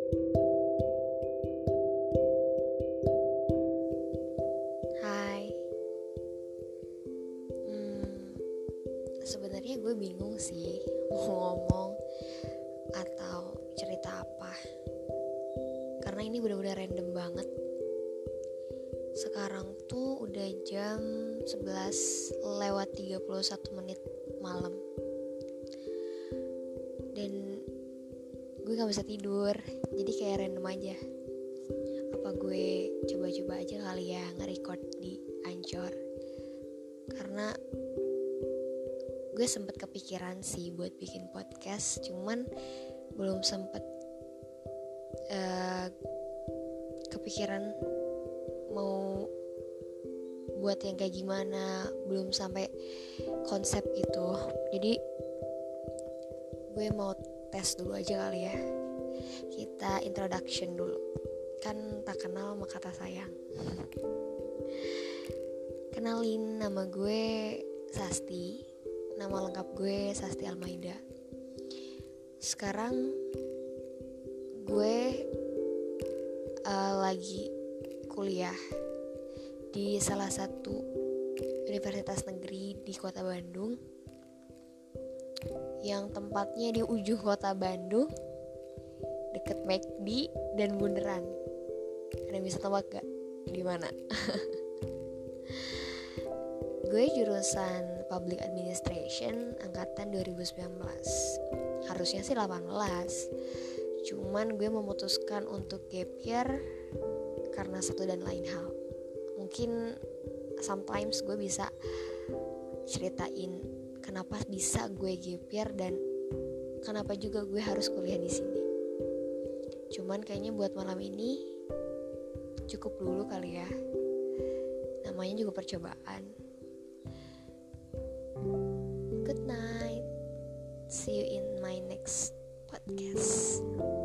Hai, sebenarnya gue bingung sih mau ngomong atau cerita apa, karena ini benar-benar random banget. Sekarang tuh udah jam 11:31 malam, dan gue gak bisa tidur, jadi kayak random aja. Apa gue coba-coba aja kali ya nge-record di Anchor, karena gue sempet kepikiran sih buat bikin podcast, cuman belum sempet kepikiran mau buat yang kayak gimana, belum sampai konsep gitu. Jadi gue mau tes dulu aja kali ya. Kita introduction dulu, kan tak kenal maka tak sayang. Kenalin, nama gue Sasti. Nama lengkap gue Sasti Almaida. Sekarang gue lagi kuliah di salah satu universitas negeri di kota Bandung, yang tempatnya di ujung kota Bandung, deket McD dan Bundaran. Ada yang bisa tebak gak di mana? Gue jurusan Public Administration angkatan 2019. Harusnya sih 18. Cuman gue memutuskan untuk gap year karena satu dan lain hal. Mungkin sometimes gue bisa ceritain kenapa bisa gue gap year dan kenapa juga gue harus kuliah di sini. Cuman kayaknya buat malam ini cukup dulu kali ya. Namanya juga percobaan. Good night. See you in my next podcast.